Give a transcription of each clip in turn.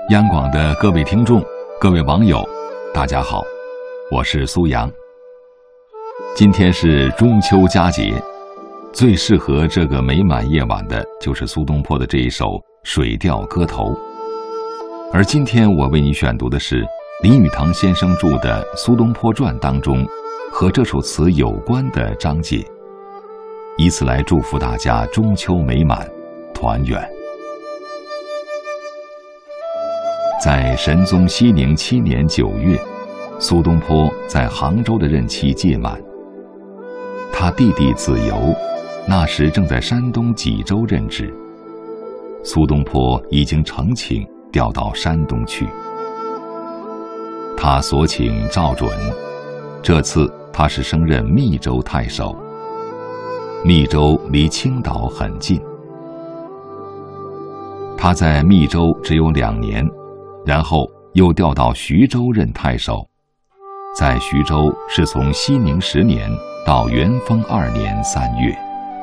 央广的各位听众、各位网友，大家好，我是苏阳。今天是中秋佳节，最适合这个美满夜晚的就是苏东坡的这一首《水调歌头》。而今天我为你选读的是林语堂先生著的《苏东坡传》当中和这首词有关的章节，以此来祝福大家中秋美满，团圆。在神宗熙宁7年9月，苏东坡在杭州的任期届满。他弟弟子由那时正在山东济州任职，苏东坡已经呈请调到山东去。他所请照准，这次他是升任密州太守。密州离青岛很近。他在密州只有2年，然后又调到徐州任太守，在徐州是从熙宁10年到元丰2年3月。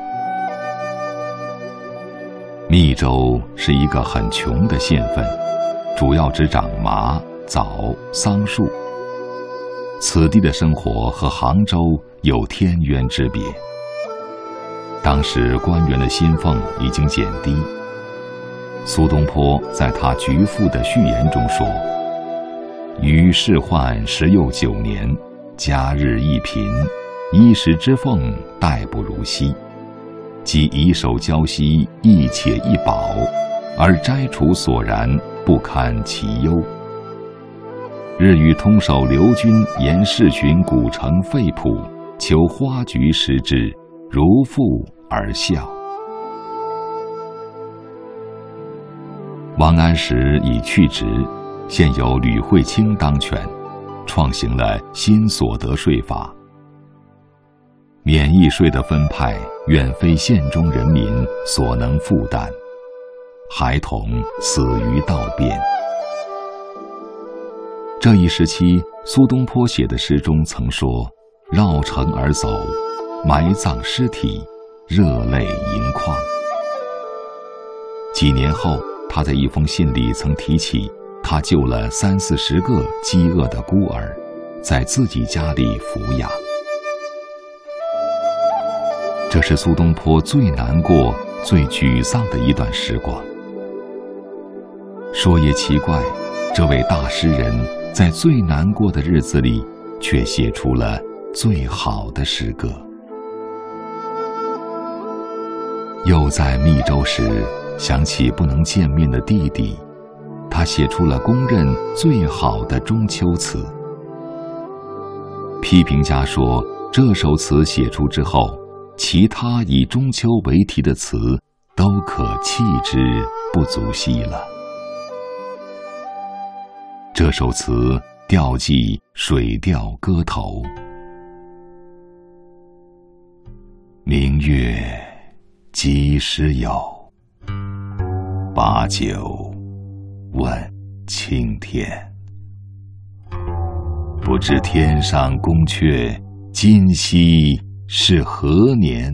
密州是一个很穷的县份，主要只长麻、枣、桑树。此地的生活和杭州有天渊之别。当时官员的薪俸已经减低。苏东坡在他局赋的序言中说：“余仕宦时又9年，家日益贫，衣食之奉殆不如昔。即以手交息，亦且一饱，而摘除所然，不堪其忧。日与通守刘军沿市巡古城废圃，求花菊食之，如父而笑。”王安石已去职，现由吕惠卿当权，创行了新所得税法。免役税的分派远非县中人民所能负担，孩童死于道边。这一时期，苏东坡写的诗中曾说：“绕城而走，埋葬尸体，热泪盈眶。”几年后，他在一封信里曾提起，他救了30-40个饥饿的孤儿，在自己家里抚养。这是苏东坡最难过、最沮丧的一段时光。说也奇怪，这位大诗人在最难过的日子里，却写出了最好的诗歌。又在密州时，想起不能见面的弟弟，他写出了公认最好的中秋词。批评家说，这首词写出之后，其他以中秋为题的词都可弃之不足惜了。这首词调记《水调歌头》：明月几时有，把酒问青天。不知天上宫阙，今夕是何年？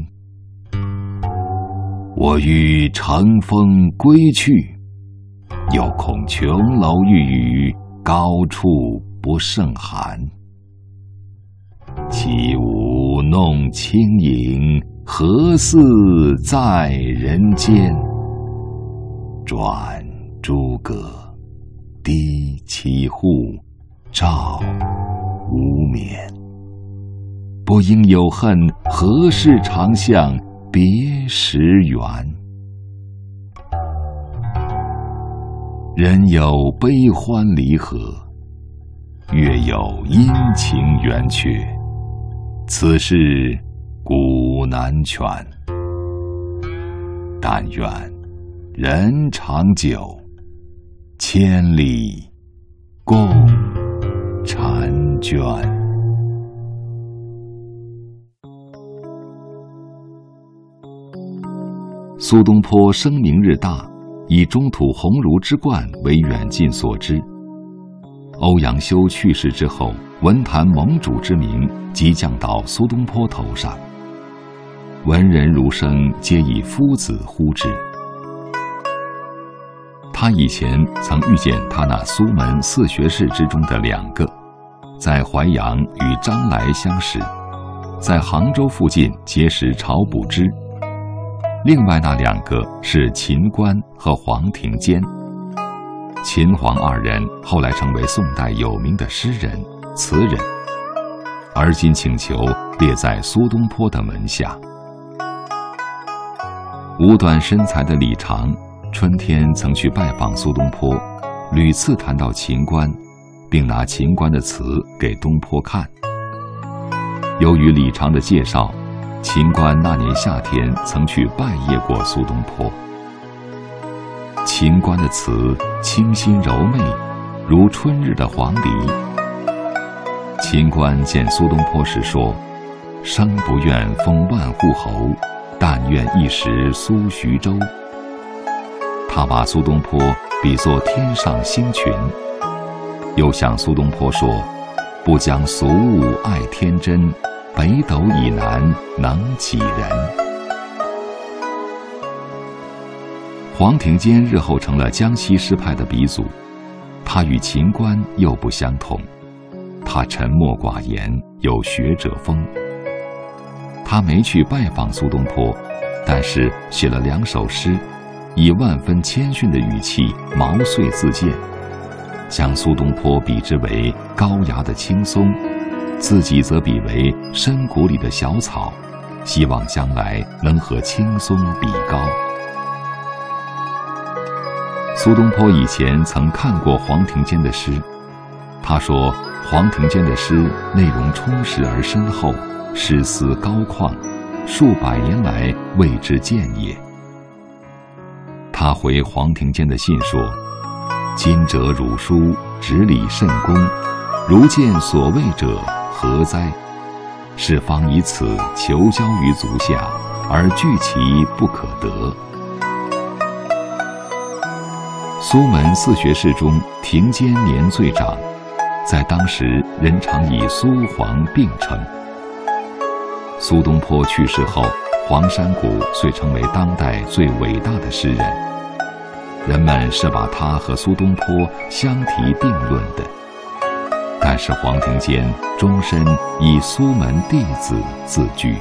我欲乘风归去，又恐琼楼玉宇，高处不胜寒。起舞弄清影，何似在人间？转朱阁，低绮户，照无眠。不应有恨，何事长向别时圆？人有悲欢离合，月有阴晴圆缺，此事古难全。但愿人长久，千里共婵娟。苏东坡声名日大，以中土鸿儒之冠为远近所知。欧阳修去世之后，文坛盟主之名即降到苏东坡头上，文人儒生皆以夫子呼之。 他以前曾遇见他那苏门4学士之中的2个，在淮阳与张来相识，在杭州附近结识晁补之。另外那2个是秦观和黄庭坚。秦黄2人后来成为宋代有名的诗人、词人，而今请求列在苏东坡的门下。五短身材的李常，春天曾去拜访苏东坡，屡次谈到秦观，并拿秦观的词给东坡看。由于李常的介绍，秦观那年夏天曾去拜谒过苏东坡。秦观的词清新柔媚，如春日的黄鹂。秦观见苏东坡时说：“生不愿封万户侯，但愿一时苏徐州。”他把苏东坡比作天上星群，又向苏东坡说：“不将俗物爱天真，北斗以南能几人？”黄庭坚日后成了江西诗派的鼻祖，他与秦观又不相同，他沉默寡言，有学者风。他没去拜访苏东坡，但是写了2首诗，以万分谦逊的语气毛遂自荐，将苏东坡比之为高崖的青松，自己则比为深谷里的小草，希望将来能和青松比高。苏东坡以前曾看过黄庭坚的诗，他说黄庭坚的诗内容充实而深厚，诗思高旷，数百年来未之见也。他回黄庭坚的信说：“今者汝书直理甚恭，如见所谓者何哉？是方以此求交于足下，而据其不可得。”苏门4学士中，庭坚年最长，在当时人常以苏黄并称。苏东坡去世后，黄山谷遂成为当代最伟大的诗人，人们是把他和苏东坡相提并论的。但是黄庭坚终身以苏门弟子自居。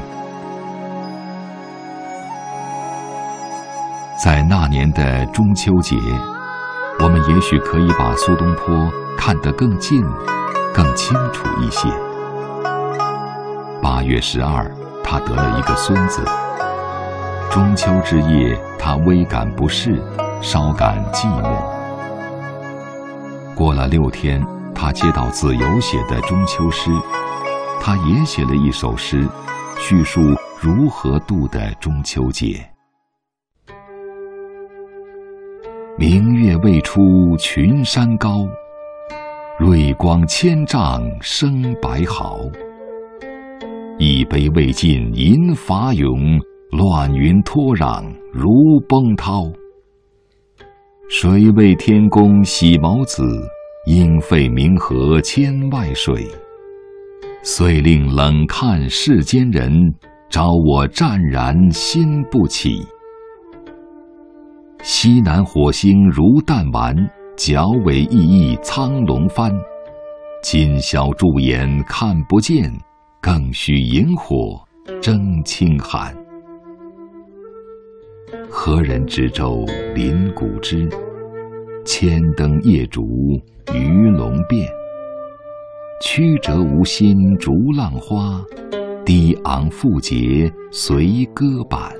在那年的中秋节，我们也许可以把苏东坡看得更近、更清楚一些。8月12，他得了一个孙子。中秋之夜，他微感不适，稍感寂寞。过了6天，他接到子由写的中秋诗，他也写了一首诗，叙述如何度的中秋节。明月未出群山高，瑞光千丈生白毫。一杯未尽饮法涌，乱云托壤如崩涛。水为天公洗毛子，应废冥河千外水。遂令冷看世间人，招我湛然心不起。西南火星如弹丸，角尾熠熠苍龙翻。今宵驻颜看不见，更须萤火争清寒。何人执舟临古枝，千灯夜烛鱼龙变。曲折无心逐浪花，低昂复节随歌板。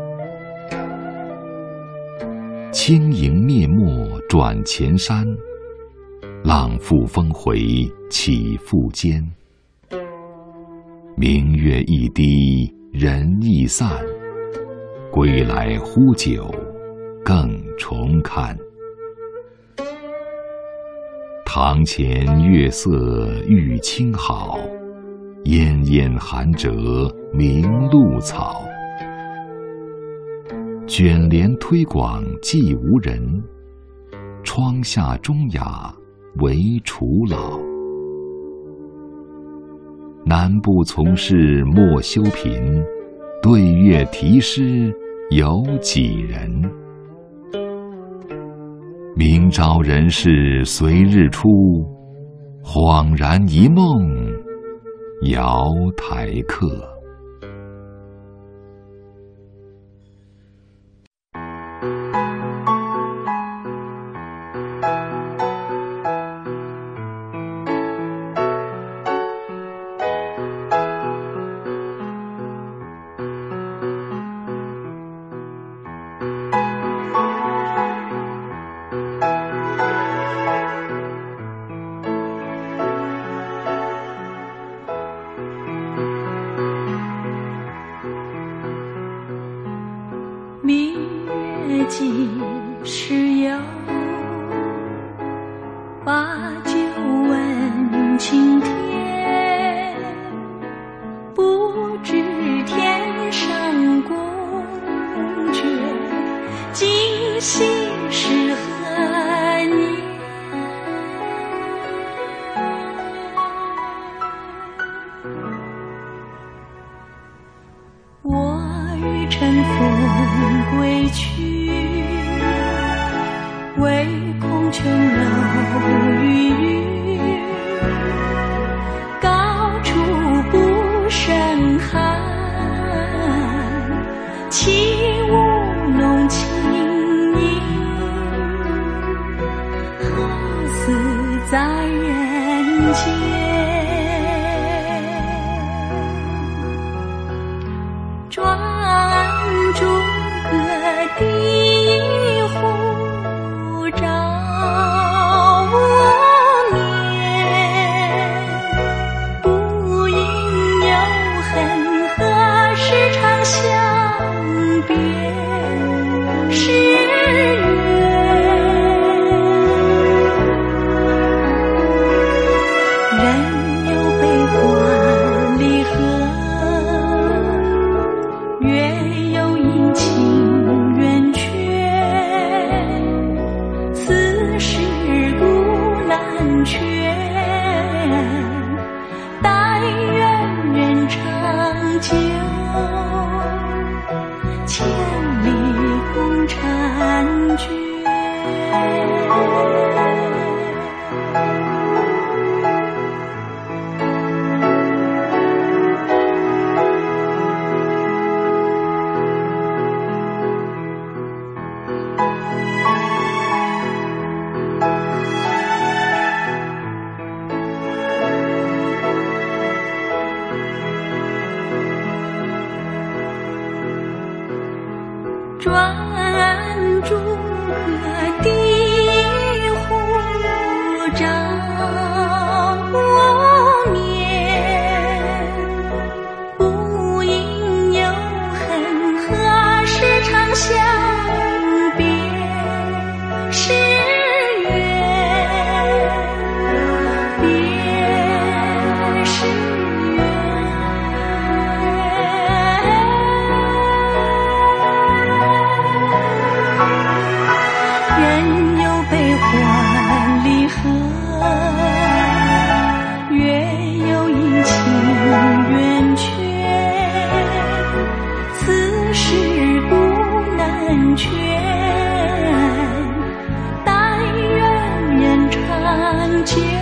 轻盈灭没转前山，浪复峰回起复间。明月一低人亦散，归来忽久更重看。堂前月色欲清好，烟烟寒折明露草。卷帘推广既无人，窗下钟雅为楚老。南部从事莫修贫，对月题诗有几人？ 明朝人世随日出，恍然一梦瑶台客。 明月几时有？把酒问青天。不知天上宫阙，今夕是何年？我欲乘风归去，唯恐琼楼玉宇，高处不胜寒。起舞弄清影，好似在人间。专诸葛地户照无眠，不应有恨，何时长相别时圆？人有悲欢离合，月有阴晴圆缺，此事古难全。但愿人长久，千里共婵娟。专诸葛地户照无眠，不应有恨，何时长相别时圆？别时人有悲欢离合，月有阴晴圆缺，此事古难全。但愿人长久，